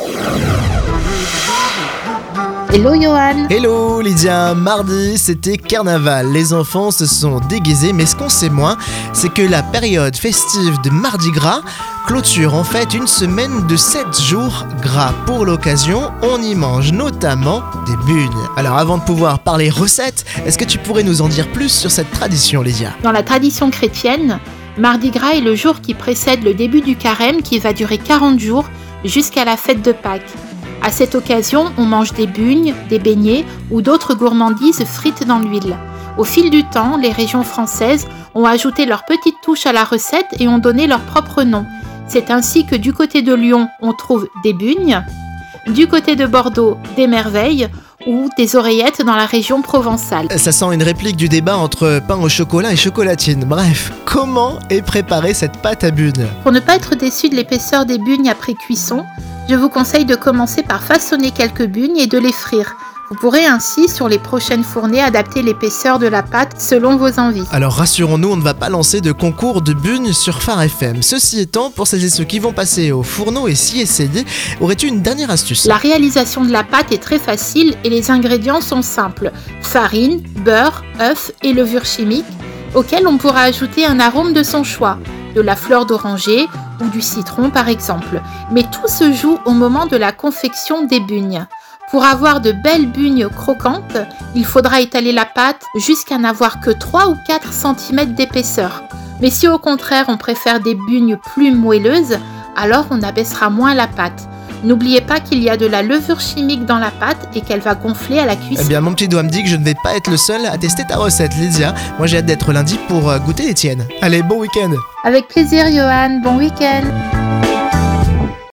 Hello Johan. Hello Lydia, mardi c'était carnaval, les enfants se sont déguisés, mais ce qu'on sait moins, c'est que la période festive de Mardi Gras clôture en fait une semaine de 7 jours gras. Pour l'occasion, on y mange notamment des bugnes. Alors avant de pouvoir parler recettes, est-ce que tu pourrais nous en dire plus sur cette tradition Lydia ? Dans la tradition chrétienne, Mardi Gras est le jour qui précède le début du carême qui va durer 40 jours jusqu'à la fête de Pâques. À cette occasion, on mange des bugnes, des beignets ou d'autres gourmandises frites dans l'huile. Au fil du temps, les régions françaises ont ajouté leur petite touche à la recette et ont donné leur propre nom. C'est ainsi que du côté de Lyon, on trouve des bugnes, du côté de Bordeaux, des merveilles ou des oreillettes dans la région provençale. Ça sent une réplique du débat entre pain au chocolat et chocolatine. Bref, comment est préparée cette pâte à bugnes ? Pour ne pas être déçu de l'épaisseur des bugnes après cuisson, je vous conseille de commencer par façonner quelques bugnes et de les frire. Vous pourrez ainsi, sur les prochaines fournées, adapter l'épaisseur de la pâte selon vos envies. Alors rassurons-nous, on ne va pas lancer de concours de bugnes sur Phare FM. Ceci étant, pour celles et ceux qui vont passer au fourneau et s'y essayer, aurais-tu une dernière astuce ? La réalisation de la pâte est très facile et les ingrédients sont simples. Farine, beurre, œufs et levure chimique, auxquels on pourra ajouter un arôme de son choix, de la fleur d'oranger ou du citron par exemple. Mais tout se joue au moment de la confection des bugnes. Pour avoir de belles bugnes croquantes, il faudra étaler la pâte jusqu'à n'avoir que 3 ou 4 cm d'épaisseur. Mais si au contraire on préfère des bugnes plus moelleuses, alors on abaissera moins la pâte. N'oubliez pas qu'il y a de la levure chimique dans la pâte et qu'elle va gonfler à la cuisson. Eh bien, mon petit doigt me dit que je ne vais pas être le seul à tester ta recette, Lydia. Moi, j'ai hâte d'être lundi pour goûter les tiennes. Allez, bon week-end. Avec plaisir, Johan. Bon week-end.